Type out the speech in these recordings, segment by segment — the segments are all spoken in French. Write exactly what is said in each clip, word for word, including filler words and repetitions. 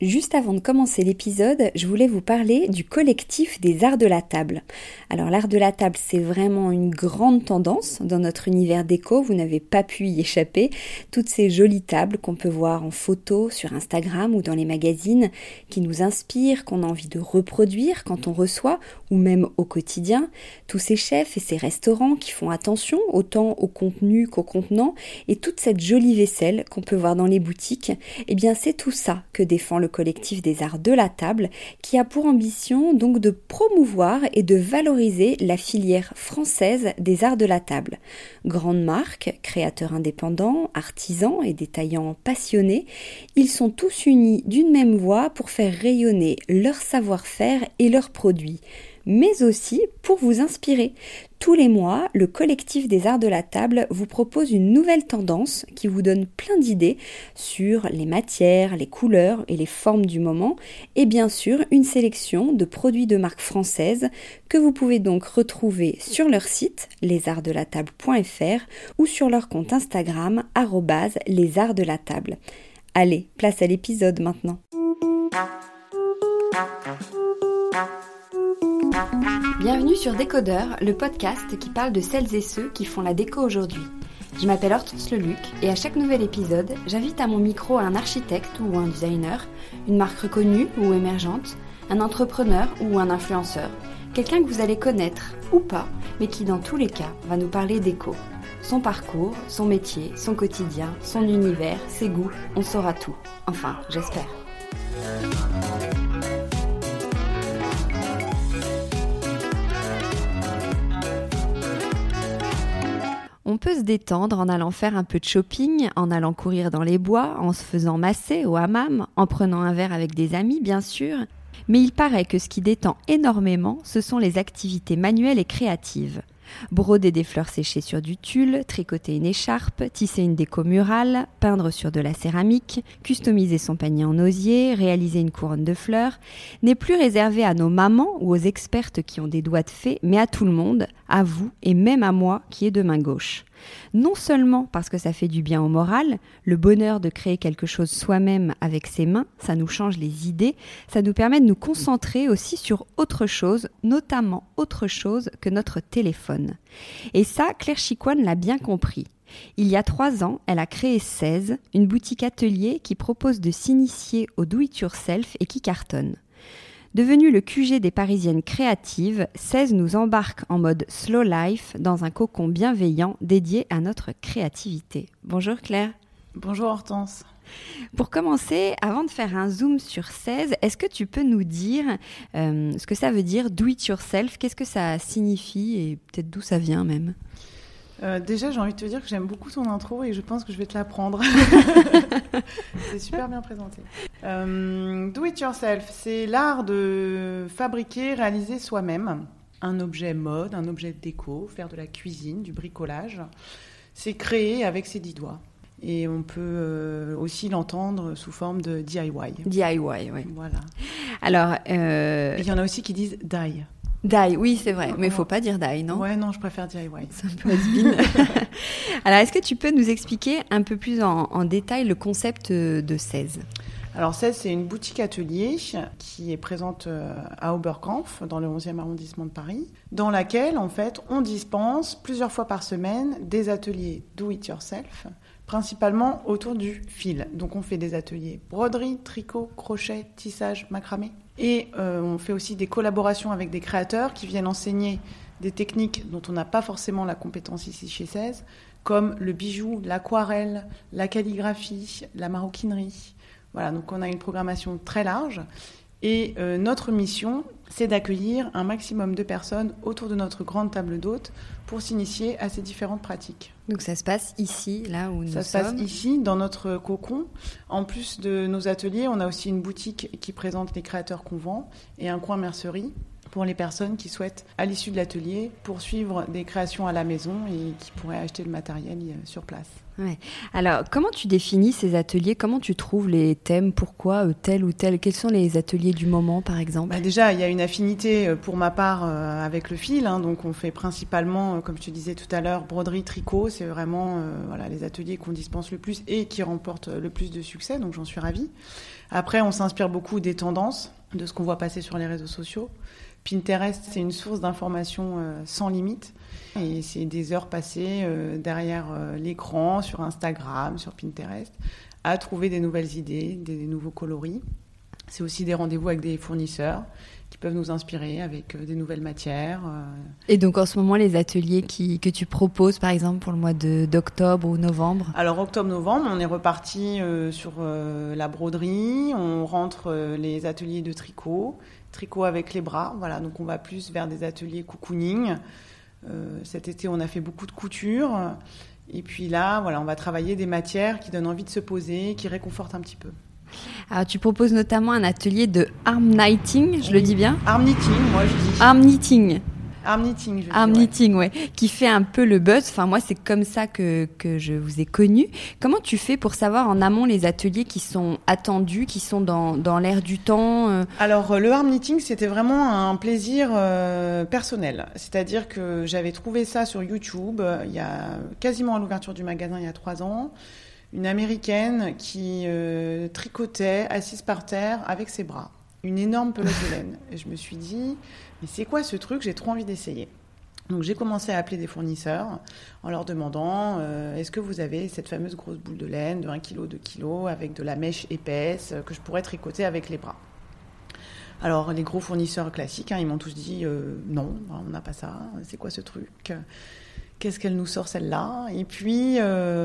Juste avant de commencer l'épisode, je voulais vous parler du collectif des arts de la table. Alors l'art de la table, c'est vraiment une grande tendance dans notre univers déco, vous n'avez pas pu y échapper. Toutes ces jolies tables qu'on peut voir en photo sur Instagram ou dans les magazines, qui nous inspirent, qu'on a envie de reproduire quand on reçoit, ou même au quotidien. Tous ces chefs et ces restaurants qui font attention autant au contenu qu'au contenant, et toute cette jolie vaisselle qu'on peut voir dans les boutiques, eh bien c'est tout ça que défend le collectif des arts de la table, qui a pour ambition donc de promouvoir et de valoriser la filière française des arts de la table. Grandes marques, créateurs indépendants, artisans et détaillants passionnés, ils sont tous unis d'une même voix pour faire rayonner leur savoir-faire et leurs produits, mais aussi pour vous inspirer. Tous les mois, le collectif des arts de la table vous propose une nouvelle tendance qui vous donne plein d'idées sur les matières, les couleurs et les formes du moment, et bien sûr une sélection de produits de marque française que vous pouvez donc retrouver sur leur site les arts de la table point f r ou sur leur compte Instagram arobase les arts de la table. Allez, place à l'épisode maintenant. Bienvenue sur Décodeur, le podcast qui parle de celles et ceux qui font la déco aujourd'hui. Je m'appelle Hortense Leluc et à chaque nouvel épisode, j'invite à mon micro un architecte ou un designer, une marque reconnue ou émergente, un entrepreneur ou un influenceur, quelqu'un que vous allez connaître ou pas, mais qui dans tous les cas va nous parler déco. Son parcours, son métier, son quotidien, son univers, ses goûts, on saura tout. Enfin, j'espère. On peut se détendre en allant faire un peu de shopping, en allant courir dans les bois, en se faisant masser au hammam, en prenant un verre avec des amis bien sûr. Mais il paraît que ce qui détend énormément, ce sont les activités manuelles et créatives. Broder des fleurs séchées sur du tulle, tricoter une écharpe, tisser une déco murale, peindre sur de la céramique, customiser son panier en osier, réaliser une couronne de fleurs, n'est plus réservé à nos mamans ou aux expertes qui ont des doigts de fée, mais à tout le monde, à vous et même à moi qui est de main gauche. Non seulement parce que ça fait du bien au moral, le bonheur de créer quelque chose soi-même avec ses mains, ça nous change les idées, ça nous permet de nous concentrer aussi sur autre chose, notamment autre chose que notre téléphone. Et ça, Claire Chicoine l'a bien compris. Il y a trois ans, elle a créé seize, une boutique atelier qui propose de s'initier au do-it-yourself et qui cartonne. Devenu le Q G des Parisiennes créatives, seize nous embarque en mode slow life dans un cocon bienveillant dédié à notre créativité. Bonjour Claire. Bonjour Hortense. Pour commencer, avant de faire un zoom sur seize, est-ce que tu peux nous dire euh, ce que ça veut dire do it yourself? Qu'est-ce que ça signifie et peut-être d'où ça vient même? Euh, déjà, j'ai envie de te dire que j'aime beaucoup ton intro et je pense que je vais te l'apprendre. C'est super bien présenté. Euh, do it yourself, c'est l'art de fabriquer, réaliser soi-même un objet mode, un objet déco, faire de la cuisine, du bricolage. C'est créer avec ses dix doigts. Et on peut euh, aussi l'entendre sous forme de D I Y. D I Y, oui. Voilà. Alors, euh... il y en a aussi qui disent die. Die, oui, c'est vrai. Mais il ne faut pas dire die, non? Ouais, non, je préfère D I Y. C'est un peu has-been. Alors, est-ce que tu peux nous expliquer un peu plus en, en détail le concept de seize? Alors, seize, c'est une boutique atelier qui est présente à Oberkampf, dans le onzième arrondissement de Paris, dans laquelle, en fait, on dispense plusieurs fois par semaine des ateliers do-it-yourself, principalement autour du fil. Donc, on fait des ateliers broderie, tricot, crochet, tissage, macramé. Et euh, on fait aussi des collaborations avec des créateurs qui viennent enseigner des techniques dont on n'a pas forcément la compétence ici chez seize, comme le bijou, l'aquarelle, la calligraphie, la maroquinerie. Voilà, donc on a une programmation très large. Et euh, notre mission, c'est d'accueillir un maximum de personnes autour de notre grande table d'hôtes pour s'initier à ces différentes pratiques. Donc ça se passe ici, là où nous ça sommes. Ça se passe ici, dans notre cocon. En plus de nos ateliers, on a aussi une boutique qui présente les créateurs qu'on vend et un coin mercerie pour les personnes qui souhaitent, à l'issue de l'atelier, poursuivre des créations à la maison et qui pourraient acheter le matériel sur place. Ouais. Alors, comment tu définis ces ateliers? Comment tu trouves les thèmes? Pourquoi euh, tel ou tel? Quels sont les ateliers du moment, par exemple? Bah déjà, il y a une affinité pour ma part euh, avec le fil. Hein, donc, on fait principalement, euh, comme je te disais tout à l'heure, broderie, tricot. C'est vraiment euh, voilà, les ateliers qu'on dispense le plus et qui remportent le plus de succès. Donc, j'en suis ravie. Après, on s'inspire beaucoup des tendances, de ce qu'on voit passer sur les réseaux sociaux. Pinterest, c'est une source d'information euh, sans limite. Et c'est des heures passées euh, derrière euh, l'écran, sur Instagram, sur Pinterest, à trouver des nouvelles idées, des, des nouveaux coloris. C'est aussi des rendez-vous avec des fournisseurs qui peuvent nous inspirer avec euh, des nouvelles matières. Euh. Et donc en ce moment, les ateliers qui, que tu proposes, par exemple, pour le mois de, d'octobre ou novembre? Alors octobre-novembre, on est reparti euh, sur euh, la broderie, on rentre euh, les ateliers de tricot, tricot avec les bras, voilà, donc on va plus vers des ateliers cocooning. Euh, cet été, on a fait beaucoup de couture. Et puis là, voilà, on va travailler des matières qui donnent envie de se poser, qui réconfortent un petit peu. Alors, tu proposes notamment un atelier de arm knitting, je oui. le dis bien? Arm knitting, moi je dis. Arm knitting. Arm knitting, je Arm dis, knitting, ouais. ouais. Qui fait un peu le buzz. Enfin, moi, c'est comme ça que, que je vous ai connu. Comment tu fais pour savoir en amont les ateliers qui sont attendus, qui sont dans, dans l'air du temps euh... Alors, le arm knitting, c'était vraiment un plaisir euh, personnel. C'est-à-dire que j'avais trouvé ça sur YouTube, euh, il y a quasiment à l'ouverture du magasin, il y a trois ans. Une Américaine qui euh, tricotait, assise par terre, avec ses bras. Une énorme pelote de laine. Et je me suis dit, mais c'est quoi ce truc? J'ai trop envie d'essayer. Donc j'ai commencé à appeler des fournisseurs en leur demandant, euh, est-ce que vous avez cette fameuse grosse boule de laine de un kilo, deux kilos, avec de la mèche épaisse euh, que je pourrais tricoter avec les bras? Alors les gros fournisseurs classiques, hein, ils m'ont tous dit, euh, non, on n'a pas ça. C'est quoi ce truc? Qu'est-ce qu'elle nous sort celle-là? Et puis,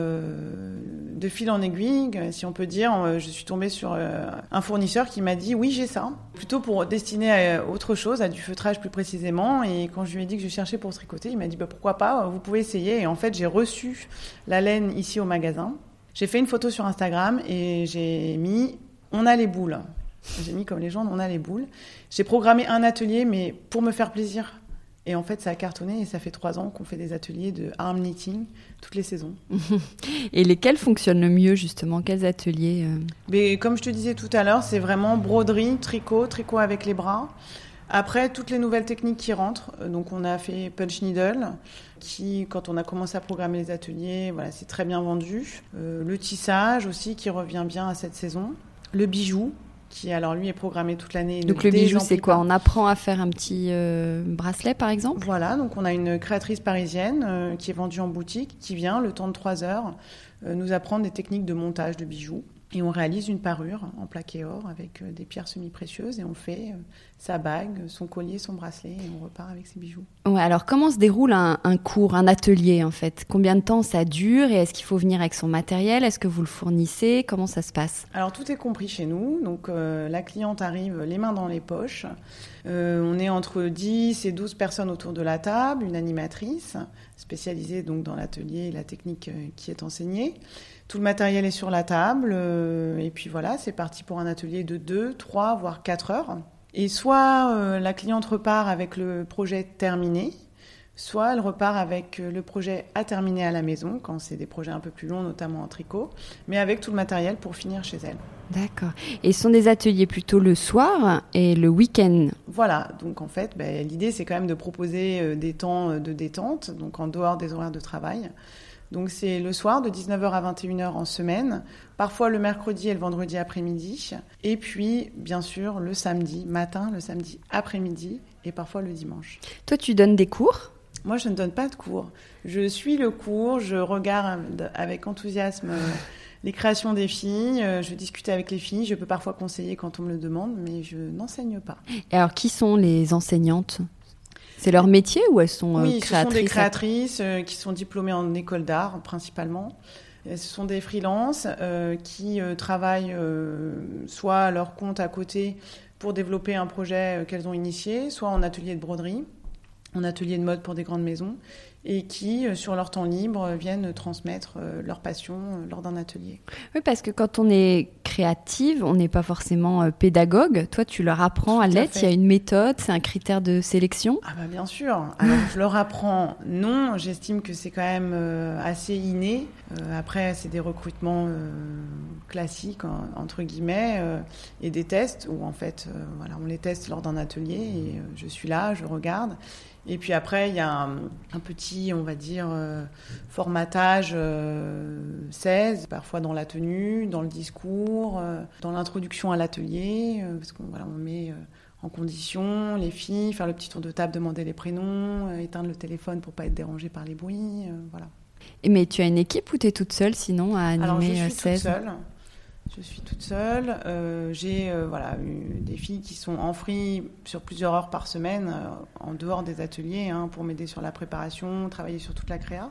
euh, de fil en aiguille, si on peut dire, je suis tombée sur euh, un fournisseur qui m'a dit « oui, j'ai ça », plutôt pour destiner à autre chose, à du feutrage plus précisément. Et quand je lui ai dit que je cherchais pour tricoter, il m'a dit bah, « pourquoi pas, vous pouvez essayer ». Et en fait, j'ai reçu la laine ici au magasin. J'ai fait une photo sur Instagram et j'ai mis « on a les boules ». J'ai mis comme légende « on a les boules ». J'ai programmé un atelier, mais pour me faire plaisir. Et en fait, ça a cartonné et ça fait trois ans qu'on fait des ateliers de arm knitting toutes les saisons. Et lesquels fonctionnent le mieux, justement? Quels ateliers euh... Mais comme je te disais tout à l'heure, c'est vraiment broderie, tricot, tricot avec les bras. Après, toutes les nouvelles techniques qui rentrent. Donc, on a fait punch needle, qui, quand on a commencé à programmer les ateliers, voilà, c'est très bien vendu. Euh, le tissage aussi, qui revient bien à cette saison. Le bijou, qui alors lui est programmé toute l'année. Donc le bijou, c'est quoi? On apprend à faire un petit euh, bracelet, par exemple? Voilà, donc on a une créatrice parisienne euh, qui est vendue en boutique, qui vient, le temps de trois heures, euh, nous apprendre des techniques de montage de bijoux. Et on réalise une parure en plaqué or avec euh, des pierres semi-précieuses et on fait euh, sa bague, son collier, son bracelet et on repart avec ses bijoux. Ouais, alors comment se déroule un, un cours, un atelier en fait? Combien de temps ça dure et est-ce qu'il faut venir avec son matériel? Est-ce que vous le fournissez? Comment ça se passe? Alors tout est compris chez nous, donc euh, la cliente arrive les mains dans les poches. Euh, on est entre dix et douze personnes autour de la table, une animatrice spécialisée donc dans l'atelier et la technique euh, qui est enseignée. Tout le matériel est sur la table euh, et puis voilà, c'est parti pour un atelier de deux, trois, voire quatre heures. Et soit euh, la cliente repart avec le projet terminé, soit elle repart avec le projet à terminer à la maison, quand c'est des projets un peu plus longs, notamment en tricot, mais avec tout le matériel pour finir chez elle. D'accord. Et ce sont des ateliers plutôt le soir et le week-end? Voilà, donc en fait, ben, l'idée c'est quand même de proposer euh, des temps de détente, donc en dehors des horaires de travail. Donc c'est le soir de dix-neuf heures à vingt et une heures en semaine, parfois le mercredi et le vendredi après-midi, et puis bien sûr le samedi matin, le samedi après-midi et parfois le dimanche. Toi tu donnes des cours? Moi je ne donne pas de cours, je suis le cours, je regarde avec enthousiasme les créations des filles, je discute avec les filles, je peux parfois conseiller quand on me le demande, mais je n'enseigne pas. Et alors qui sont les enseignantes ? C'est leur métier ou elles sont oui, créatrices? Oui, ce sont des créatrices euh, qui sont diplômées en école d'art principalement. Et ce sont des freelances euh, qui euh, travaillent euh, soit à leur compte à côté pour développer un projet euh, qu'elles ont initié, soit en atelier de broderie, en atelier de mode pour des grandes maisons, et qui, euh, sur leur temps libre, euh, viennent transmettre euh, leur passion euh, lors d'un atelier. Oui, parce que quand on est créative, on n'est pas forcément euh, pédagogue. Toi, tu leur apprends à l'être, il y a une méthode, c'est un critère de sélection? Ah bah bien sûr. Alors, je leur apprends, non, j'estime que c'est quand même euh, assez inné. Euh, après, c'est des recrutements euh, classiques, en, entre guillemets, euh, et des tests où, en fait, euh, voilà, on les teste lors d'un atelier et euh, je suis là, je regarde. Et puis après, il y a un, un petit partie, on va dire, euh, formatage euh, seize, parfois dans la tenue, dans le discours, euh, dans l'introduction à l'atelier, euh, parce qu'on voilà, on met... Euh, en condition, les filles, faire le petit tour de table, demander les prénoms, euh, éteindre le téléphone pour ne pas être dérangée par les bruits, euh, voilà. Et mais tu as une équipe ou tu es toute seule sinon à animer Alors je suis seize? toute seule. Je suis toute seule. Euh, j'ai euh, voilà, eu des filles qui sont en free sur plusieurs heures par semaine, euh, en dehors des ateliers, hein, pour m'aider sur la préparation, travailler sur toute la créa.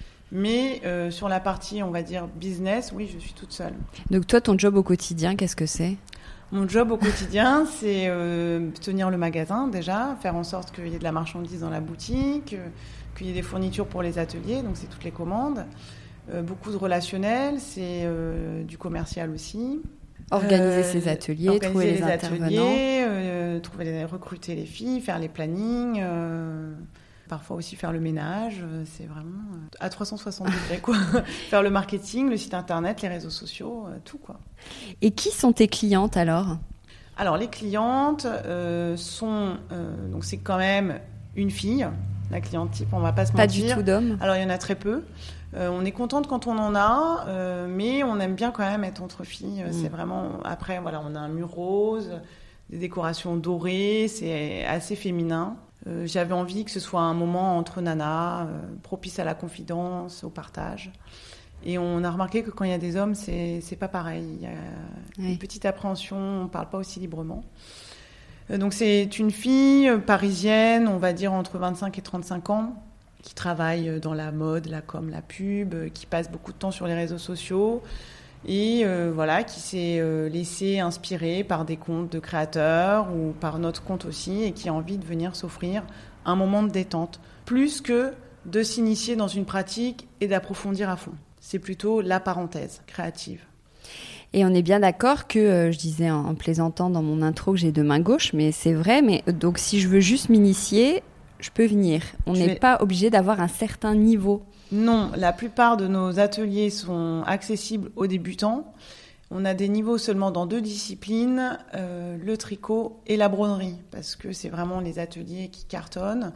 Mais euh, sur la partie, on va dire, business, oui, je suis toute seule. Donc toi, ton job au quotidien, qu'est-ce que c'est ? Mon job au quotidien, c'est euh, tenir le magasin déjà, faire en sorte qu'il y ait de la marchandise dans la boutique, euh, qu'il y ait des fournitures pour les ateliers, donc c'est toutes les commandes. Euh, beaucoup de relationnel, c'est euh, du commercial aussi. Organiser euh, ses ateliers, trouver les, les intervenants. Ateliers, euh, trouver les, recruter les filles, faire les plannings, euh, parfois aussi faire le ménage. Euh, c'est vraiment euh, à trois cent soixante degrés, quoi. Faire le marketing, le site internet, les réseaux sociaux, euh, tout, quoi. Et qui sont tes clientes alors ? Alors les clientes euh, sont, euh, donc c'est quand même une fille, la cliente type, on va pas se pas mentir. Pas du tout d'hommes. Alors il y en a très peu. Euh, on est contente quand on en a, euh, mais on aime bien quand même être entre filles. Mmh. C'est vraiment, après voilà, on a un mur rose, des décorations dorées, c'est assez féminin. Euh, j'avais envie que ce soit un moment entre nanas, euh, propice à la confidence, au partage. Et on a remarqué que quand il y a des hommes, c'est, c'est pas pareil. Il y a oui. une petite appréhension, on ne parle pas aussi librement. Euh, donc c'est une fille parisienne, on va dire entre vingt-cinq et trente-cinq ans, qui travaille dans la mode, la com, la pub, qui passe beaucoup de temps sur les réseaux sociaux et euh, voilà, qui s'est euh, laissée inspirer par des comptes de créateurs ou par notre compte aussi et qui a envie de venir s'offrir un moment de détente, plus que de s'initier dans une pratique et d'approfondir à fond. C'est plutôt la parenthèse créative. Et on est bien d'accord que, euh, je disais en, en plaisantant dans mon intro que j'ai deux mains gauches, mais c'est vrai, mais donc si je veux juste m'initier, je peux venir. On n'est vais... pas obligé d'avoir un certain niveau. Non, la plupart de nos ateliers sont accessibles aux débutants. On a des niveaux seulement dans deux disciplines, euh, le tricot et la broderie, parce que c'est vraiment les ateliers qui cartonnent.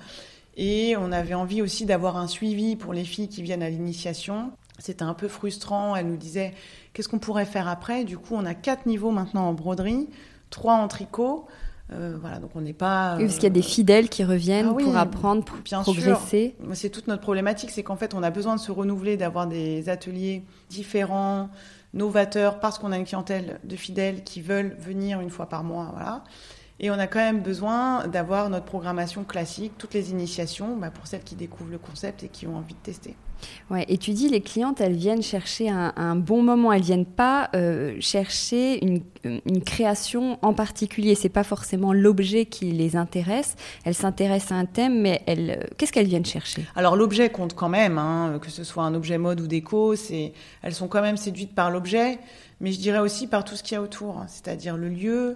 Et on avait envie aussi d'avoir un suivi pour les filles qui viennent à l'initiation. C'était un peu frustrant. Elle nous disait « qu'est-ce qu'on pourrait faire après ?» Du coup, on a quatre niveaux maintenant en broderie, trois en tricot. Euh, voilà, donc on n'est pas... Euh... Oui, parce qu'il y a des fidèles qui reviennent ah oui, pour apprendre, pour bien progresser. Sûr. C'est toute notre problématique, c'est qu'en fait, on a besoin de se renouveler, d'avoir des ateliers différents, novateurs, parce qu'on a une clientèle de fidèles qui veulent venir une fois par mois, voilà. Et on a quand même besoin d'avoir notre programmation classique, toutes les initiations, bah, pour celles qui découvrent le concept et qui ont envie de tester. Ouais, et tu dis les clientes, elles viennent chercher un, un bon moment, elles viennent pas euh, chercher une, une création en particulier. C'est pas forcément l'objet qui les intéresse. Elles s'intéressent à un thème, mais elles, qu'est-ce qu'elles viennent chercher ? Alors l'objet compte quand même, hein, que ce soit un objet mode ou déco. C'est, elles sont quand même séduites par l'objet, mais je dirais aussi par tout ce qu'il y a autour, hein, c'est-à-dire le lieu,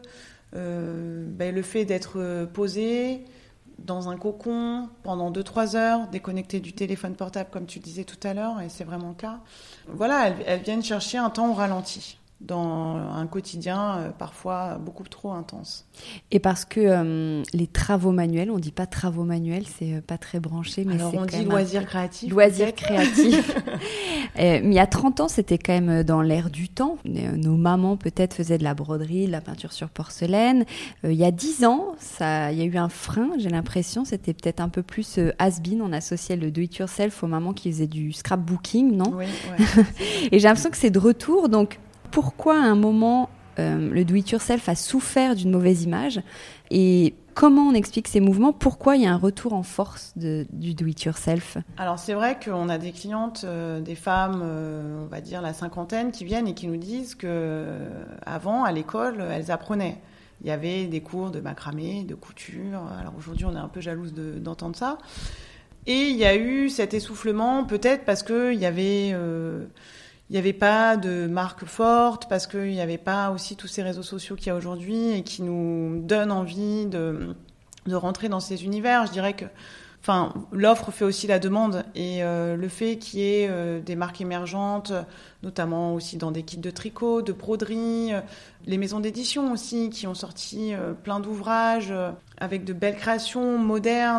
euh, ben, le fait d'être posé dans un cocon pendant deux trois heures, déconnecté du téléphone portable comme tu disais tout à l'heure, et c'est vraiment le cas. Voilà, elles, elles viennent chercher un temps au ralenti dans un quotidien euh, parfois beaucoup trop intense. Et parce que euh, les travaux manuels, on dit pas travaux manuels, c'est euh, pas très branché, mais alors c'est on quand dit même loisirs créatifs. Loisirs créatifs. euh, mais il y a trente ans, c'était quand même dans l'air du temps. Nos mamans peut-être faisaient de la broderie, de la peinture sur porcelaine. Euh, il y a dix ans, ça, il y a eu un frein. J'ai l'impression, c'était peut-être un peu plus euh, has-been. On associait le do-it-yourself aux mamans qui faisaient du scrapbooking, non ? Oui. Ouais. Et j'ai l'impression que c'est de retour. Donc pourquoi à un moment euh, le do-it-yourself a souffert d'une mauvaise image et comment on explique ces mouvements ? Pourquoi il y a un retour en force de, du do-it-yourself ? Alors c'est vrai qu'on a des clientes, euh, des femmes, euh, on va dire la cinquantaine, qui viennent et qui nous disent que euh, avant à l'école, elles apprenaient. Il y avait des cours de macramé, de couture. Alors aujourd'hui, on est un peu jalouse de, d'entendre ça. Et il y a eu cet essoufflement, peut-être parce qu'il y avait... Euh, Il n'y avait pas de marque forte, parce qu'il n'y avait pas aussi tous ces réseaux sociaux qu'il y a aujourd'hui et qui nous donnent envie de, de rentrer dans ces univers. Je dirais que enfin, l'offre fait aussi la demande et euh, le fait qu'il y ait euh, des marques émergentes, notamment aussi dans des kits de tricot, de broderie, euh, les maisons d'édition aussi qui ont sorti euh, plein d'ouvrages euh, avec de belles créations modernes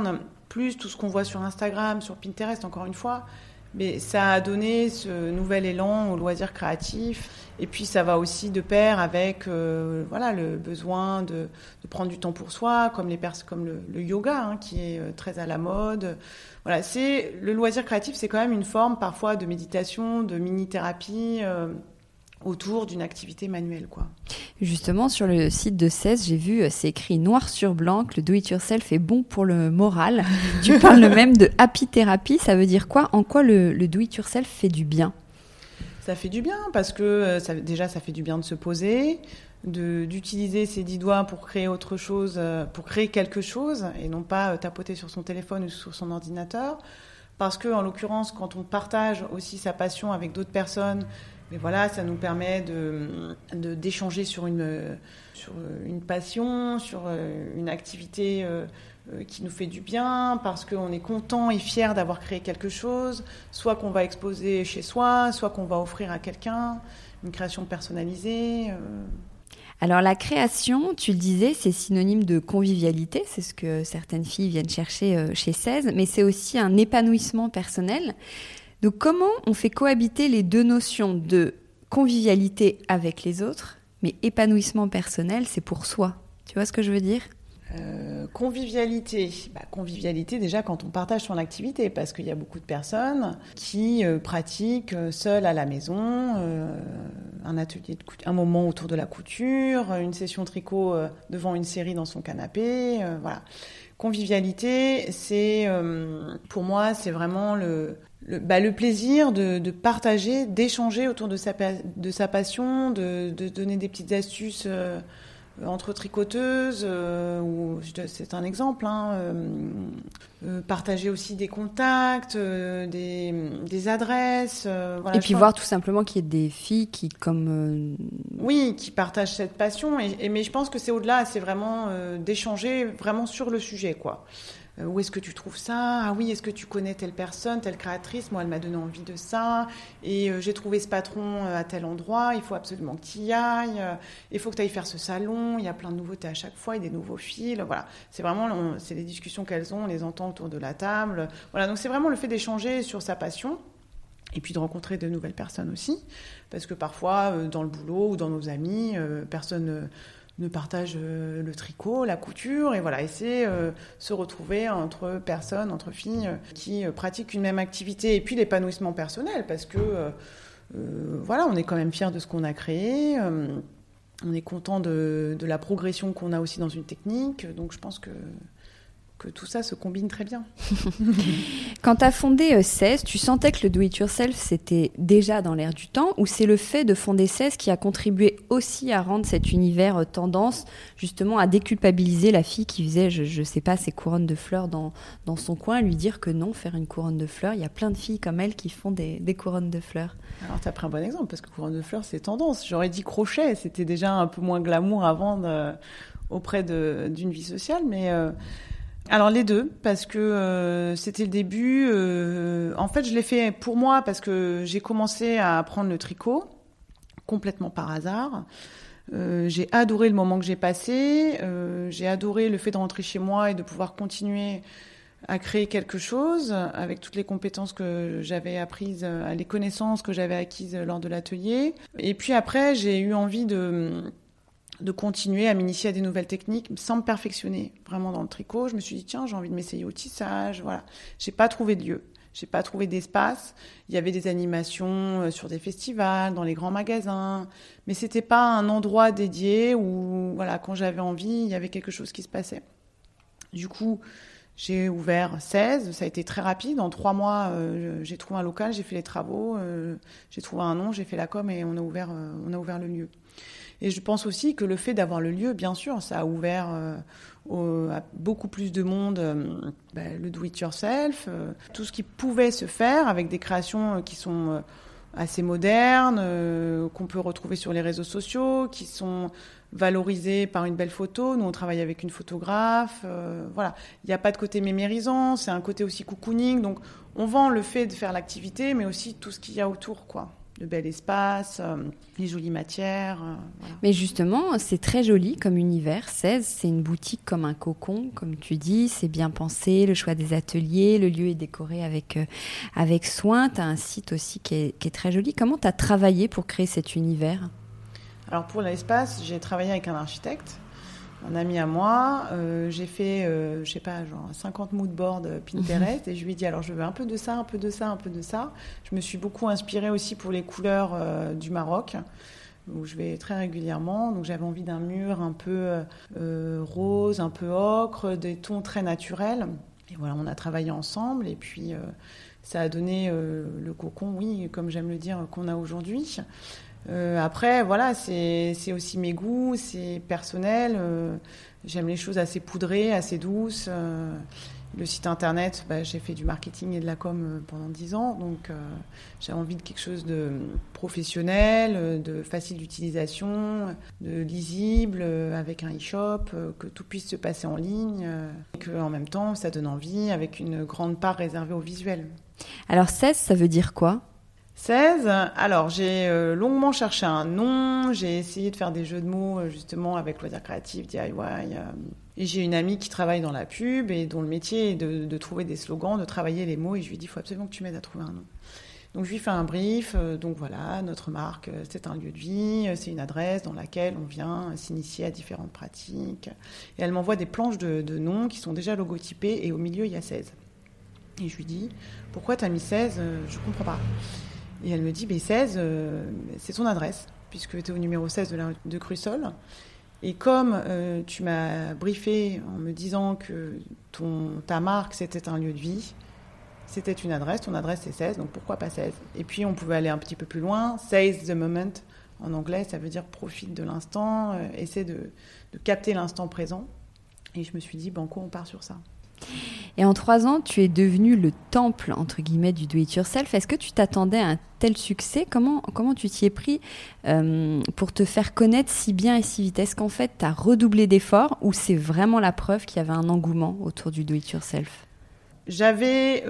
plus tout ce qu'on voit sur Instagram, sur Pinterest, encore une fois. Mais ça a donné ce nouvel élan au loisir créatif. Et puis, ça va aussi de pair avec euh, voilà, le besoin de, de prendre du temps pour soi, comme, les pers- comme le, le yoga, hein, qui est euh, très à la mode. Voilà, c'est, le loisir créatif, c'est quand même une forme parfois de méditation, de mini-thérapie euh, autour d'une activité manuelle, quoi. Justement, sur le site de C E S, j'ai vu, c'est écrit noir sur blanc que le do-it-yourself est bon pour le moral. Tu parles même de happy therapy, ça veut dire quoi ? En quoi le, le do-it-yourself fait du bien ? Ça fait du bien parce que ça, déjà, ça fait du bien de se poser, de, d'utiliser ses dix doigts pour créer autre chose, pour créer quelque chose et non pas tapoter sur son téléphone ou sur son ordinateur. Parce que, en l'occurrence, quand on partage aussi sa passion avec d'autres personnes, mais voilà, ça nous permet de, de, d'échanger sur une, sur une passion, sur une activité qui nous fait du bien, parce qu'on est content et fier d'avoir créé quelque chose, soit qu'on va exposer chez soi, soit qu'on va offrir à quelqu'un, une création personnalisée. Alors la création, tu le disais, c'est synonyme de convivialité, c'est ce que certaines filles viennent chercher chez C E S, mais c'est aussi un épanouissement personnel. Donc comment on fait cohabiter les deux notions de convivialité avec les autres, mais épanouissement personnel, c'est pour soi. Tu vois ce que je veux dire ? Euh, convivialité. Bah, convivialité déjà quand on partage son activité, parce qu'il y a beaucoup de personnes qui euh, pratiquent euh, seules à la maison, euh, un atelier, de couture, un moment autour de la couture, une session tricot euh, devant une série dans son canapé, euh, voilà. Convivialité, c'est euh, pour moi, c'est vraiment le le, bah, le plaisir de, de partager, d'échanger autour de sa de sa passion, de, de donner des petites astuces. Euh, entre tricoteuses, euh, ou, c'est un exemple, hein, euh, euh, partager aussi des contacts, euh, des, des adresses. Euh, voilà, et puis voir tout simplement qu'il y ait des filles qui, comme... Euh... Oui, qui partagent cette passion, et, et, mais je pense que c'est au-delà, c'est vraiment euh, d'échanger vraiment sur le sujet, quoi. Euh, où est-ce que tu trouves ça ? Ah oui, est-ce que tu connais telle personne, telle créatrice ? Moi, elle m'a donné envie de ça. Et euh, j'ai trouvé ce patron euh, à tel endroit. Il faut absolument que tu y ailles. Euh, il faut que tu ailles faire ce salon. Il y a plein de nouveautés à chaque fois et des nouveaux fils. Voilà. C'est vraiment, on, c'est les discussions qu'elles ont. On les entend autour de la table. Voilà. Donc, c'est vraiment le fait d'échanger sur sa passion. Et puis de rencontrer de nouvelles personnes aussi. Parce que parfois, euh, dans le boulot ou dans nos amis, euh, personne... Euh, ne partage euh, le tricot, la couture, et voilà, et c'est euh, se retrouver entre personnes, entre filles euh, qui euh, pratiquent une même activité, et puis l'épanouissement personnel, parce que euh, euh, voilà, on est quand même fiers de ce qu'on a créé, euh, on est content de, de la progression qu'on a aussi dans une technique, donc je pense que que tout ça se combine très bien. Quand tu as fondé C E S, tu sentais que le do-it-yourself, c'était déjà dans l'air du temps, ou c'est le fait de fonder C E S qui a contribué aussi à rendre cet univers tendance, justement à déculpabiliser la fille qui faisait, je, je sais pas, ses couronnes de fleurs dans, dans son coin, lui dire que non, faire une couronne de fleurs, il y a plein de filles comme elle qui font des, des couronnes de fleurs. Alors tu as pris un bon exemple, parce que couronne de fleurs, c'est tendance. J'aurais dit crochet, c'était déjà un peu moins glamour avant de, auprès de, d'une vie sociale, mais... Euh, Alors les deux, parce que euh, c'était le début. Euh, en fait, je l'ai fait pour moi parce que j'ai commencé à apprendre le tricot complètement par hasard. Euh, j'ai adoré le moment que j'ai passé. Euh, j'ai adoré le fait de rentrer chez moi et de pouvoir continuer à créer quelque chose avec toutes les compétences que j'avais apprises, les connaissances que j'avais acquises lors de l'atelier. Et puis après, j'ai eu envie de... de continuer à m'initier à des nouvelles techniques sans me perfectionner vraiment dans le tricot. Je me suis dit, tiens, j'ai envie de m'essayer au tissage. Voilà. J'ai pas trouvé de lieu. J'ai pas trouvé d'espace. Il y avait des animations sur des festivals, dans les grands magasins, mais c'était pas un endroit dédié où, voilà, quand j'avais envie, il y avait quelque chose qui se passait. Du coup, j'ai ouvert seize. Ça a été très rapide. En trois mois, euh, j'ai trouvé un local, j'ai fait les travaux, euh, j'ai trouvé un nom, j'ai fait la com et on a ouvert, euh, on a ouvert le lieu. Et je pense aussi que le fait d'avoir le lieu, bien sûr, ça a ouvert euh, au, à beaucoup plus de monde euh, ben, le do-it-yourself, euh, tout ce qui pouvait se faire avec des créations qui sont euh, assez modernes, euh, qu'on peut retrouver sur les réseaux sociaux, qui sont valorisées par une belle photo. Nous, on travaille avec une photographe. Euh, voilà, il n'y a pas de côté mémérisant, c'est un côté aussi cocooning. Donc, on vend le fait de faire l'activité, mais aussi tout ce qu'il y a autour, quoi. de bel espace, euh, les jolies matières. Euh, voilà. Mais justement, c'est très joli comme univers. seize, c'est une boutique comme un cocon, comme tu dis. C'est bien pensé, le choix des ateliers, le lieu est décoré avec, euh, avec soin. Tu as un site aussi qui est, qui est très joli. Comment tu as travaillé pour créer cet univers ? Alors pour l'espace, j'ai travaillé avec un architecte, un ami à moi. Euh, j'ai fait, euh, je sais pas, genre cinquante moodboards Pinterest et je lui ai dit alors je veux un peu de ça, un peu de ça, un peu de ça. Je me suis beaucoup inspirée aussi pour les couleurs euh, du Maroc, où je vais très régulièrement. Donc j'avais envie d'un mur un peu euh, rose, un peu ocre, des tons très naturels. Et voilà, on a travaillé ensemble et puis euh, ça a donné euh, le cocon, oui, comme j'aime le dire, qu'on a aujourd'hui. Euh, après, voilà, c'est, c'est aussi mes goûts, c'est personnel. Euh, j'aime les choses assez poudrées, assez douces. Euh, le site internet, bah, j'ai fait du marketing et de la com pendant dix ans, donc euh, j'ai envie de quelque chose de professionnel, de facile d'utilisation, de lisible, avec un e-shop, que tout puisse se passer en ligne, et qu'en même temps, ça donne envie, avec une grande part réservée au visuel. Alors seize, ça veut dire quoi ? seize, alors j'ai euh, longuement cherché un nom, j'ai essayé de faire des jeux de mots euh, justement avec loisirs créatifs, D I Y, euh, et j'ai une amie qui travaille dans la pub et dont le métier est de, de trouver des slogans, de travailler les mots, et je lui ai dit il faut absolument que tu m'aides à trouver un nom. Donc je lui fais un brief, euh, donc voilà, notre marque, euh, c'est un lieu de vie, euh, c'est une adresse dans laquelle on vient euh, s'initier à différentes pratiques, et elle m'envoie des planches de, de noms qui sont déjà logotypées, et au milieu il y a seize. Et je lui dis pourquoi tu as mis seize, euh, je comprends pas. Et elle me dit, mais seize, euh, c'est ton adresse, puisque tu es au numéro seize de la rue de Crussol. Et comme euh, tu m'as briefé en me disant que ton, ta marque, c'était un lieu de vie, c'était une adresse, ton adresse c'est seize, donc pourquoi pas seize ? Et puis on pouvait aller un petit peu plus loin, seize the moment, en anglais, ça veut dire profite de l'instant, euh, essaie de, de capter l'instant présent. Et je me suis dit, banco, on part sur ça. Et en trois ans, tu es devenu le temple, entre guillemets, du do-it-yourself. Est-ce que tu t'attendais à un tel succès ? Comment, comment tu t'y es pris euh, pour te faire connaître si bien et si vite ? Est-ce qu'en fait, tu as redoublé d'efforts ou c'est vraiment la preuve qu'il y avait un engouement autour du do-it-yourself ? J'avais,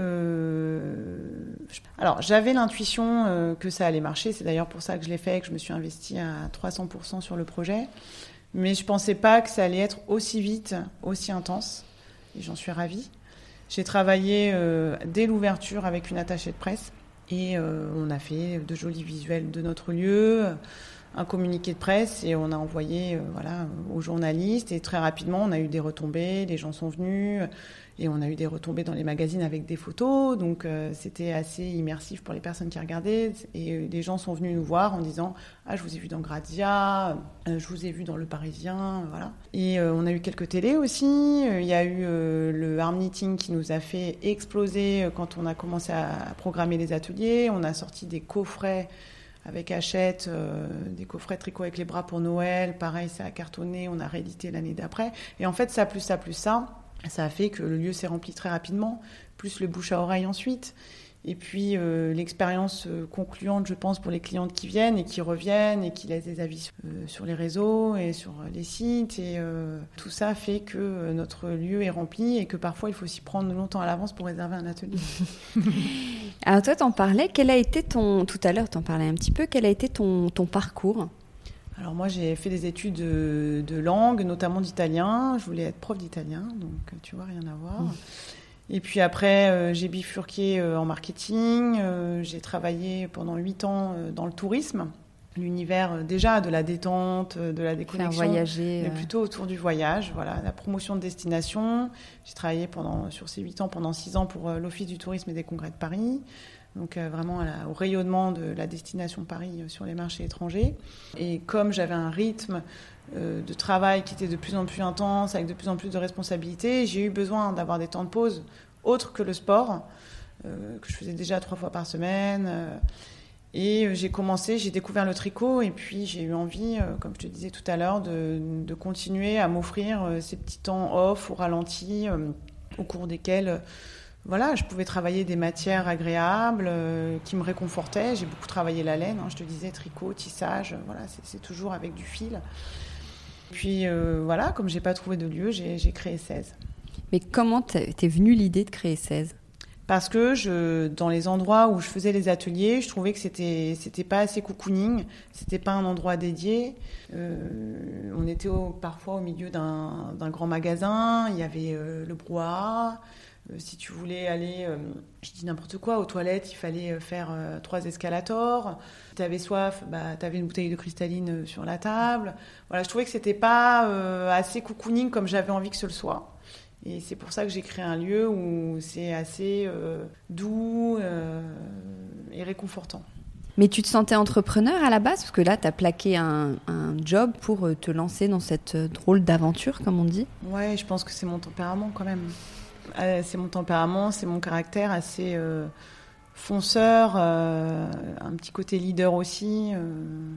euh... Alors, j'avais l'intuition euh, que ça allait marcher. C'est d'ailleurs pour ça que je l'ai fait, que je me suis investie à trois cents pour cent sur le projet. Mais je ne pensais pas que ça allait être aussi vite, aussi intense. Et j'en suis ravie. J'ai travaillé euh, dès l'ouverture avec une attachée de presse et euh, on a fait de jolis visuels de notre lieu, un communiqué de presse et on a envoyé euh, voilà, aux journalistes et très rapidement on a eu des retombées, les gens sont venus et on a eu des retombées dans les magazines avec des photos, donc euh, c'était assez immersif pour les personnes qui regardaient et euh, les gens sont venus nous voir en disant « Ah, je vous ai vu dans Grazia, euh, je vous ai vu dans Le Parisien, voilà ». Et euh, on a eu quelques télés aussi, il y a eu euh, le Arm Knitting qui nous a fait exploser quand on a commencé à programmer les ateliers, on a sorti des coffrets avec Hachette, euh, des coffrets tricot avec les bras pour Noël, pareil, ça a cartonné, on a réédité l'année d'après. Et en fait, ça plus ça plus ça, ça a fait que le lieu s'est rempli très rapidement, plus le bouche à oreille ensuite. Et puis euh, l'expérience euh, concluante, je pense, pour les clientes qui viennent et qui reviennent et qui laissent des avis euh, sur les réseaux et sur les sites. Et euh, tout ça fait que euh, notre lieu est rempli et que parfois il faut s'y prendre longtemps à l'avance pour réserver un atelier. Alors toi, t'en parlais, quel a été ton... Tout à l'heure, t'en parlais un petit peu, quel a été ton, ton parcours ? Alors moi, j'ai fait des études de, de langue, notamment d'italien. Je voulais être prof d'italien, donc tu vois, rien à voir. Mmh. Et puis après, euh, j'ai bifurqué euh, en marketing. Euh, j'ai travaillé pendant huit ans euh, dans le tourisme. L'univers euh, déjà de la détente, de la déconnexion. Faire voyager. Mais plutôt autour du voyage, voilà, la promotion de destination. J'ai travaillé pendant, sur ces huit ans, pendant six ans pour euh, l'Office du tourisme et des congrès de Paris. Donc euh, vraiment à la, au rayonnement de la destination Paris euh, sur les marchés étrangers. Et comme j'avais un rythme euh, de travail qui était de plus en plus intense, avec de plus en plus de responsabilités, j'ai eu besoin d'avoir des temps de pause autres que le sport, euh, que je faisais déjà trois fois par semaine. Euh, et j'ai commencé, j'ai découvert le tricot et puis j'ai eu envie, euh, comme je te disais tout à l'heure, de, de continuer à m'offrir euh, ces petits temps off ou ralentis euh, au cours desquels... Euh, Voilà, je pouvais travailler des matières agréables euh, qui me réconfortaient. J'ai beaucoup travaillé la laine, hein, je te disais, tricot, tissage, voilà, c'est, c'est toujours avec du fil. Puis euh, voilà, comme je n'ai pas trouvé de lieu, j'ai, j'ai créé seize. Mais comment t'es, t'es venue l'idée de créer seize ? Parce que je, dans les endroits où je faisais les ateliers, je trouvais que c'était, c'était pas assez cocooning, c'était pas un endroit dédié. Euh, on était au, parfois au milieu d'un, d'un grand magasin, il y avait euh, le brouhaha. Euh, si tu voulais aller, euh, je dis n'importe quoi, aux toilettes, il fallait faire euh, trois escalators. Si tu avais soif, bah, tu avais une bouteille de cristalline sur la table. Voilà, je trouvais que c'était pas euh, assez cocooning comme j'avais envie que ce le soit. Et c'est pour ça que j'ai créé un lieu où c'est assez euh, doux euh, et réconfortant. Mais tu te sentais entrepreneur à la base ? Parce que là, tu as plaqué un, un job pour te lancer dans cette drôle d'aventure, comme on dit. Ouais, je pense que c'est mon tempérament quand même. Euh, c'est mon tempérament, c'est mon caractère assez euh, fonceur, euh, un petit côté leader aussi. Euh,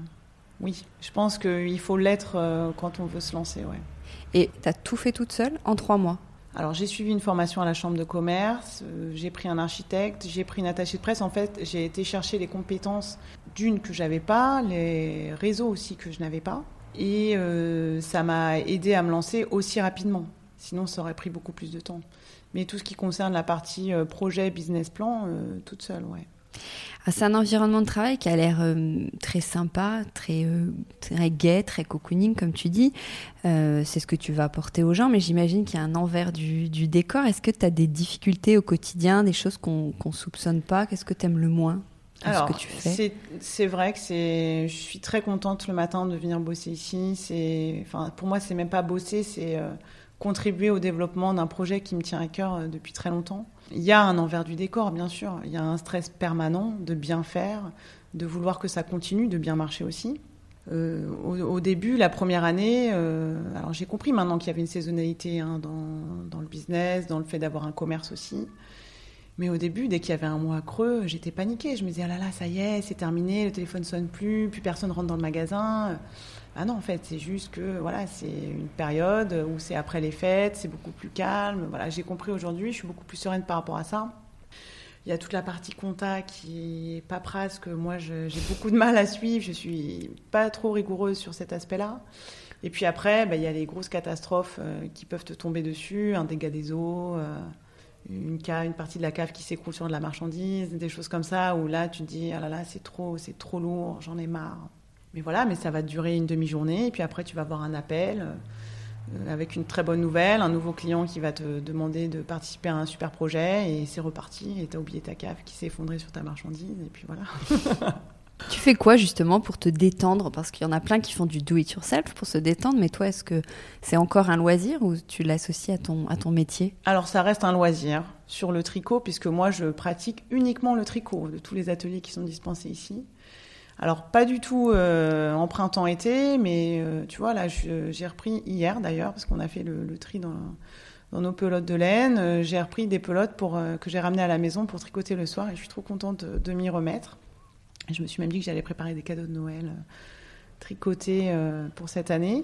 oui, je pense qu'il faut l'être euh, quand on veut se lancer, ouais. Et tu as tout fait toute seule en trois mois ? Alors, j'ai suivi une formation à la Chambre de commerce, euh, j'ai pris un architecte, j'ai pris une attachée de presse. En fait, j'ai été chercher les compétences d'une que je n'avais pas, les réseaux aussi que je n'avais pas. Et euh, ça m'a aidé à me lancer aussi rapidement. Sinon, ça aurait pris beaucoup plus de temps. Mais tout ce qui concerne la partie euh, projet, business plan, euh, toute seule, ouais. Ah, c'est un environnement de travail qui a l'air euh, très sympa, très, euh, très gai, très cocooning, comme tu dis. Euh, c'est ce que tu vas apporter aux gens, mais j'imagine qu'il y a un envers du, du décor. Est-ce que tu as des difficultés au quotidien, des choses qu'on ne soupçonne pas ? Qu'est-ce que tu aimes le moins dans Alors, ce que tu fais ? c'est, c'est vrai que c'est, je suis très contente le matin de venir bosser ici. C'est, enfin, pour moi, c'est même pas bosser, c'est euh, contribuer au développement d'un projet qui me tient à cœur euh, depuis très longtemps. Il y a un envers du décor, bien sûr. Il y a un stress permanent de bien faire, de vouloir que ça continue, de bien marcher aussi. Euh, au, au début, la première année, euh, alors j'ai compris maintenant qu'il y avait une saisonnalité hein, dans, dans le business, dans le fait d'avoir un commerce aussi. Mais au début, dès qu'il y avait un mois creux, j'étais paniquée. Je me disais, ah là là, ça y est, c'est terminé, le téléphone sonne plus, plus personne rentre dans le magasin. Ah non, en fait, c'est juste que voilà, c'est une période où c'est après les fêtes, c'est beaucoup plus calme. Voilà, j'ai compris aujourd'hui, je suis beaucoup plus sereine par rapport à ça. Il y a toute la partie compta qui est paperasse que moi, je, j'ai beaucoup de mal à suivre. Je suis pas trop rigoureuse sur cet aspect-là. Et puis après, bah, il y a les grosses catastrophes euh, qui peuvent te tomber dessus, un dégât des eaux, euh, une, cave, une partie de la cave qui s'écroule sur de la marchandise, des choses comme ça, où là, tu te dis, ah là là, c'est trop, c'est trop lourd, j'en ai marre. Mais voilà, mais ça va durer une demi-journée, et puis après, tu vas avoir un appel euh, avec une très bonne nouvelle, un nouveau client qui va te demander de participer à un super projet, et c'est reparti, et tu as oublié ta cave qui s'est effondrée sur ta marchandise, et puis voilà. Tu fais quoi justement pour te détendre ? Parce qu'il y en a plein qui font du do-it-yourself pour se détendre, mais toi, est-ce que c'est encore un loisir ou tu l'associes à ton, à ton métier ? Alors, ça reste un loisir sur le tricot, puisque moi, je pratique uniquement le tricot de tous les ateliers qui sont dispensés ici. Alors, pas du tout euh, en printemps-été, mais euh, tu vois, là, je, j'ai repris hier d'ailleurs, parce qu'on a fait le, le tri dans, dans nos pelotes de laine. Euh, j'ai repris des pelotes pour, euh, que j'ai ramenées à la maison pour tricoter le soir, et je suis trop contente de, de m'y remettre. Et je me suis même dit que j'allais préparer des cadeaux de Noël euh, tricotés euh, pour cette année.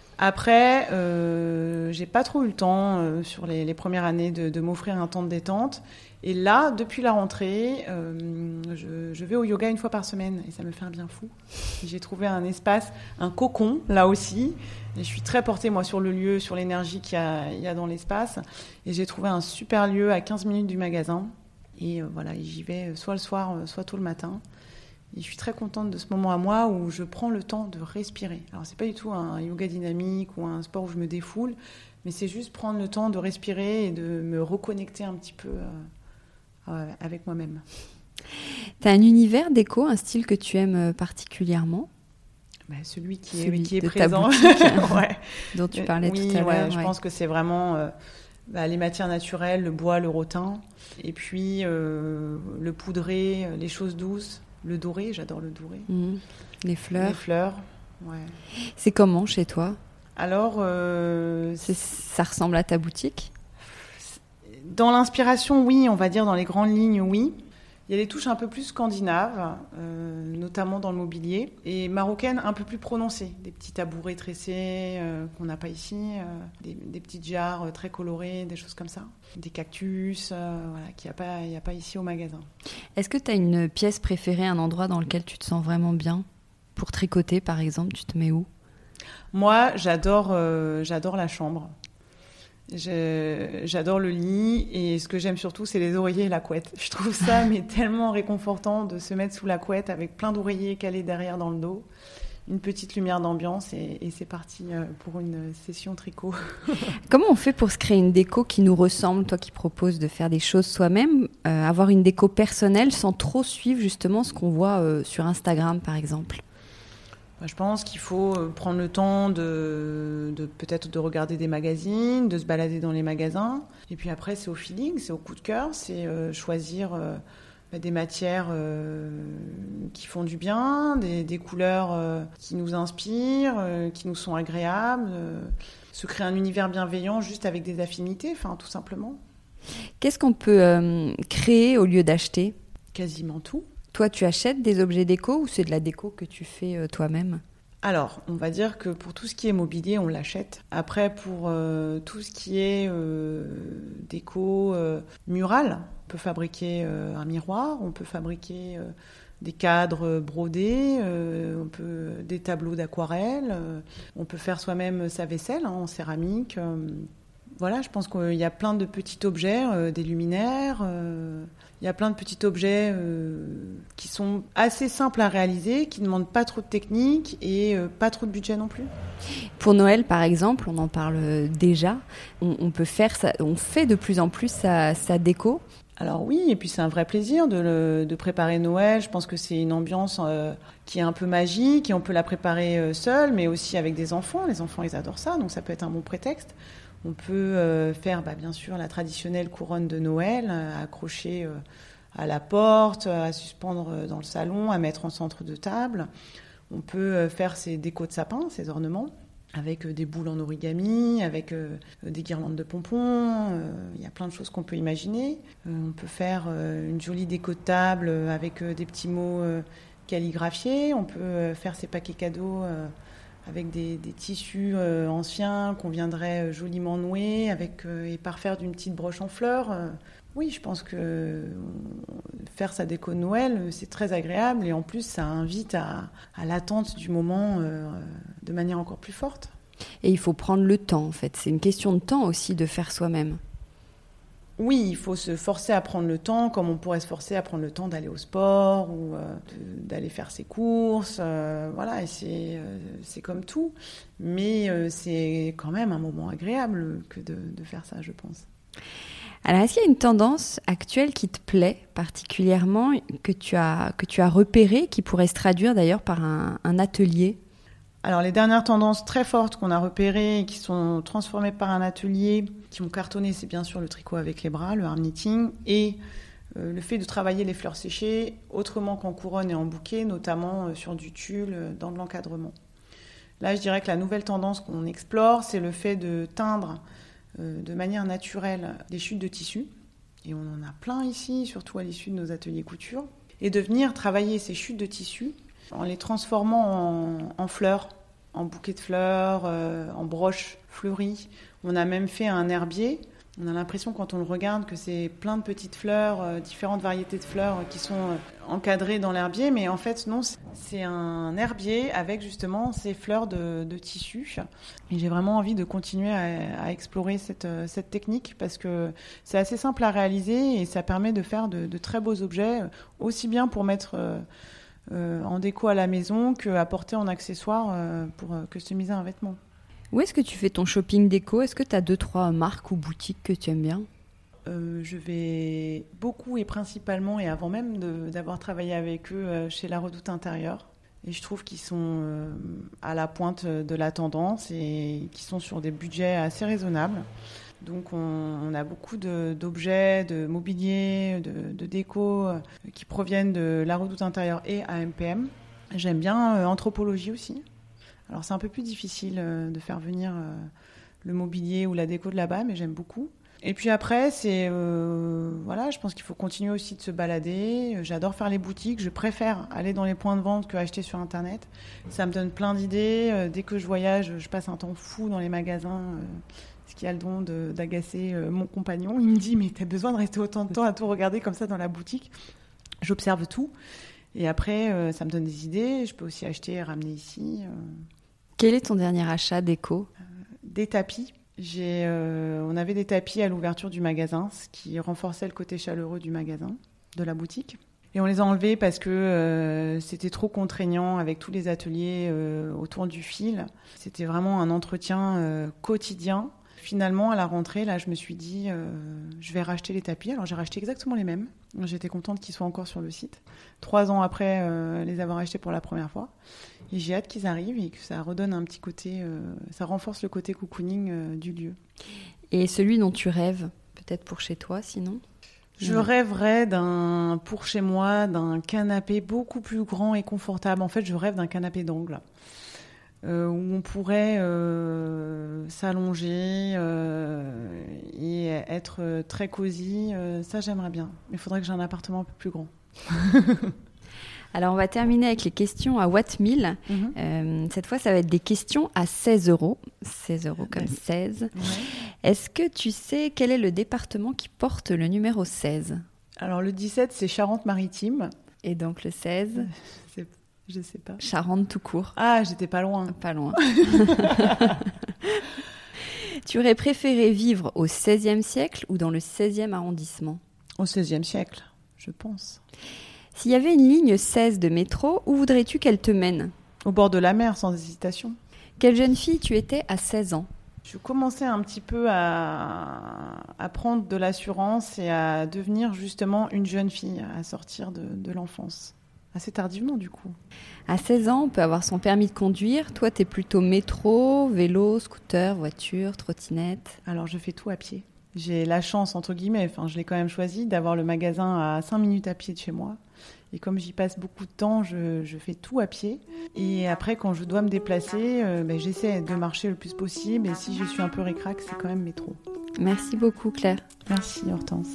Après, euh, j'ai pas trop eu le temps euh, sur les, les premières années de, de m'offrir un temps de détente. Et là, depuis la rentrée, euh, je, je vais au yoga une fois par semaine et ça me fait un bien fou. J'ai trouvé un espace, un cocon, là aussi. Et je suis très portée, moi, sur le lieu, sur l'énergie qu'il y a, il y a dans l'espace. Et j'ai trouvé un super lieu à quinze minutes du magasin. Et euh, voilà, j'y vais soit le soir, soit tôt le matin. Et je suis très contente de ce moment à moi où je prends le temps de respirer. Alors, c'est pas du tout un yoga dynamique ou un sport où je me défoule, mais c'est juste prendre le temps de respirer et de me reconnecter un petit peu euh, euh, avec moi-même. Tu as un univers déco, un style que tu aimes particulièrement ? Bah, celui qui celui est, qui est de présent, ta boutique, ouais. dont tu parlais oui, tout à ouais, l'heure. Je ouais. pense que c'est vraiment euh, bah, les matières naturelles, le bois, le rotin, et puis euh, le poudré, les choses douces. Le doré, j'adore le doré. Mmh. Les fleurs. Les fleurs, ouais. C'est comment chez toi ? Alors, euh, c'est, ça ressemble à ta boutique ? Dans l'inspiration, oui, on va dire dans les grandes lignes, oui. Il y a des touches un peu plus scandinaves, euh, notamment dans le mobilier, et marocaines un peu plus prononcées. Des petits tabourets tressés euh, qu'on n'a pas ici, euh, des, des petites jarres très colorées, des choses comme ça. Des cactus, euh, voilà, qu'il n'y a pas, il n'y a pas ici au magasin. Est-ce que tu as une pièce préférée, un endroit dans lequel tu te sens vraiment bien ? Pour tricoter, par exemple, tu te mets où ? Moi, j'adore, euh, j'adore la chambre. Je, j'adore le lit et ce que j'aime surtout, c'est les oreillers et la couette. Je trouve ça mais tellement réconfortant de se mettre sous la couette avec plein d'oreillers calés derrière dans le dos, une petite lumière d'ambiance et, et c'est parti pour une session tricot. Comment on fait pour se créer une déco qui nous ressemble, toi qui proposes de faire des choses soi-même, euh, avoir une déco personnelle sans trop suivre justement ce qu'on voit euh, sur Instagram par exemple? Je pense qu'il faut prendre le temps de, de peut-être de regarder des magazines, de se balader dans les magasins. Et puis après, c'est au feeling, c'est au coup de cœur, c'est euh, choisir euh, des matières euh, qui font du bien, des, des couleurs euh, qui nous inspirent, euh, qui nous sont agréables, euh, se créer un univers bienveillant juste avec des affinités, enfin tout simplement. Qu'est-ce qu'on peut euh, créer au lieu d'acheter? Quasiment tout. Toi, tu achètes des objets déco ou c'est de la déco que tu fais euh, toi-même? Alors, on va dire que pour tout ce qui est mobilier, on l'achète. Après, pour euh, tout ce qui est euh, déco euh, murale, on peut fabriquer euh, un miroir, on peut fabriquer euh, des cadres brodés, euh, on peut des tableaux d'aquarelle, euh, on peut faire soi-même sa vaisselle hein, en céramique. Euh, voilà, je pense qu'il y a plein de petits objets, euh, des luminaires. Euh, Il y a plein de petits objets euh, qui sont assez simples à réaliser, qui ne demandent pas trop de technique et euh, pas trop de budget non plus. Pour Noël, par exemple, on en parle déjà. On, on peut faire ça, on fait de plus en plus sa, sa déco. Alors oui, et puis c'est un vrai plaisir de, le, de préparer Noël. Je pense que c'est une ambiance euh, qui est un peu magique et on peut la préparer euh, seul, mais aussi avec des enfants. Les enfants, ils adorent ça, donc ça peut être un bon prétexte. On peut euh, faire, bah, bien sûr, la traditionnelle couronne de Noël, euh, accrocher euh, à la porte, à suspendre dans le salon, à mettre en centre de table. On peut euh, faire ses décos de sapin, ses ornements, avec euh, des boules en origami, avec euh, des guirlandes de pompons. Il euh, y a plein de choses qu'on peut imaginer. Euh, on peut faire euh, une jolie déco de table avec euh, des petits mots euh, calligraphiés. On peut euh, faire ses paquets cadeaux euh, avec des, des tissus euh, anciens qu'on viendrait euh, joliment nouer avec, euh, et parfaire d'une petite broche en fleurs. Euh, oui, je pense que euh, faire sa déco de Noël, c'est très agréable et en plus, ça invite à, à l'attente du moment euh, de manière encore plus forte. Et il faut prendre le temps, en fait. C'est une question de temps aussi de faire soi-même. Oui, il faut se forcer à prendre le temps, comme on pourrait se forcer à prendre le temps d'aller au sport ou euh, de, d'aller faire ses courses. Euh, voilà, et c'est, euh, c'est comme tout. Mais euh, c'est quand même un moment agréable que de, de faire ça, je pense. Alors, est-ce qu'il y a une tendance actuelle qui te plaît particulièrement, que tu as, que tu as repérée, qui pourrait se traduire d'ailleurs par un, un atelier ? Alors, les dernières tendances très fortes qu'on a repérées et qui sont transformées par un atelier, qui ont cartonné, c'est bien sûr le tricot avec les bras, le arm knitting, et euh, le fait de travailler les fleurs séchées autrement qu'en couronne et en bouquet, notamment euh, sur du tulle, euh, dans de l'encadrement. Là, je dirais que la nouvelle tendance qu'on explore, c'est le fait de teindre euh, de manière naturelle des chutes de tissu, et on en a plein ici, surtout à l'issue de nos ateliers couture, et de venir travailler ces chutes de tissu en les transformant en, en fleurs, en bouquets de fleurs, euh, en broches fleuries. On a même fait un herbier. On a l'impression quand on le regarde que c'est plein de petites fleurs, euh, différentes variétés de fleurs euh, qui sont euh, encadrées dans l'herbier. Mais en fait, non, c'est un herbier avec justement ces fleurs de, de tissu. Et j'ai vraiment envie de continuer à, à explorer cette, euh, cette technique parce que c'est assez simple à réaliser et ça permet de faire de, de très beaux objets, aussi bien pour mettre... Euh, Euh, en déco à la maison qu'à porter en accessoire euh, pour euh, customiser un vêtement. Où est-ce que tu fais ton shopping déco ? Est-ce que tu as deux, trois marques ou boutiques que tu aimes bien ? euh, Je vais beaucoup et principalement, et avant même de, d'avoir travaillé avec eux, euh, chez La Redoute Intérieure. Et je trouve qu'ils sont euh, à la pointe de la tendance et qu'ils sont sur des budgets assez raisonnables. Donc on, on a beaucoup de, d'objets, de mobilier, de, de déco euh, qui proviennent de La Redoute Intérieure et A M P M. J'aime bien euh, Anthropologie aussi. Alors c'est un peu plus difficile euh, de faire venir euh, le mobilier ou la déco de là-bas, mais j'aime beaucoup. Et puis après, c'est euh, voilà, je pense qu'il faut continuer aussi de se balader. J'adore faire les boutiques. Je préfère aller dans les points de vente qu'acheter sur Internet. Ça me donne plein d'idées. Euh, dès que je voyage, je passe un temps fou dans les magasins. Euh, ce qui a le don de, d'agacer euh, mon compagnon. Il me dit « Mais t'as besoin de rester autant de temps à tout regarder comme ça dans la boutique ?» J'observe tout. Et après, euh, ça me donne des idées. Je peux aussi acheter et ramener ici. Euh... Quel est ton dernier achat déco ? euh, Des tapis. J'ai, euh, on avait des tapis à l'ouverture du magasin, ce qui renforçait le côté chaleureux du magasin, de la boutique. Et on les a enlevés parce que euh, c'était trop contraignant avec tous les ateliers euh, autour du fil. C'était vraiment un entretien euh, quotidien. Finalement, à la rentrée, là, je me suis dit, euh, je vais racheter les tapis. Alors, j'ai racheté exactement les mêmes. J'étais contente qu'ils soient encore sur le site. Trois ans après euh, les avoir achetés pour la première fois. Et j'ai hâte qu'ils arrivent et que ça redonne un petit côté, euh, ça renforce le côté cocooning euh, du lieu. Et celui dont tu rêves, peut-être pour chez toi, sinon ? Je ouais. rêverais d'un, pour chez moi, d'un canapé beaucoup plus grand et confortable. En fait, je rêve d'un canapé d'angle. Euh, où on pourrait euh, s'allonger euh, et être très cosy. Euh, ça, j'aimerais bien. Mais il faudrait que j'ai un appartement un peu plus grand. Alors, on va terminer avec les questions à Watt mille. Mm-hmm. Euh, cette fois, ça va être des questions à seize euros. seize euros comme ouais. seize. Ouais. Est-ce que tu sais quel est le département qui porte le numéro seize ? Alors, le dix-sept, c'est Charente-Maritime. Et donc, le seize ? C'est... Je sais pas. Charente tout court. Ah, j'étais pas loin. Pas loin. Tu aurais préféré vivre au seizième siècle ou dans le seizième arrondissement ? Au seizième siècle, je pense. S'il y avait une ligne seize de métro, où voudrais-tu qu'elle te mène ? Au bord de la mer, sans hésitation. Quelle jeune fille tu étais à seize ans ? Je commençais un petit peu à, à prendre de l'assurance et à devenir justement une jeune fille, à sortir de, de l'enfance. Assez tardivement, du coup. À seize ans, on peut avoir son permis de conduire. Toi, t'es plutôt métro, vélo, scooter, voiture, trottinette. Alors, je fais tout à pied. J'ai la chance, entre guillemets, enfin, je l'ai quand même choisi, d'avoir le magasin à cinq minutes à pied de chez moi. Et comme j'y passe beaucoup de temps, je, je fais tout à pied. Et après, quand je dois me déplacer, euh, ben, j'essaie de marcher le plus possible. Et si je suis un peu ric-rac, c'est quand même métro. Merci beaucoup, Claire. Merci, Hortense.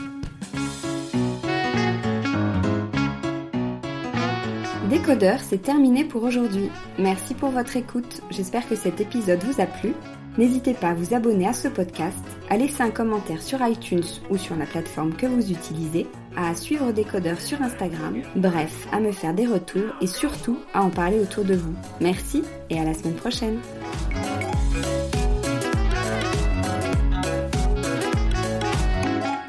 Décodeur, c'est terminé pour aujourd'hui. Merci pour votre écoute. J'espère que cet épisode vous a plu. N'hésitez pas à vous abonner à ce podcast, à laisser un commentaire sur iTunes ou sur la plateforme que vous utilisez, à suivre Décodeur sur Instagram, bref, à me faire des retours et surtout à en parler autour de vous. Merci et à la semaine prochaine.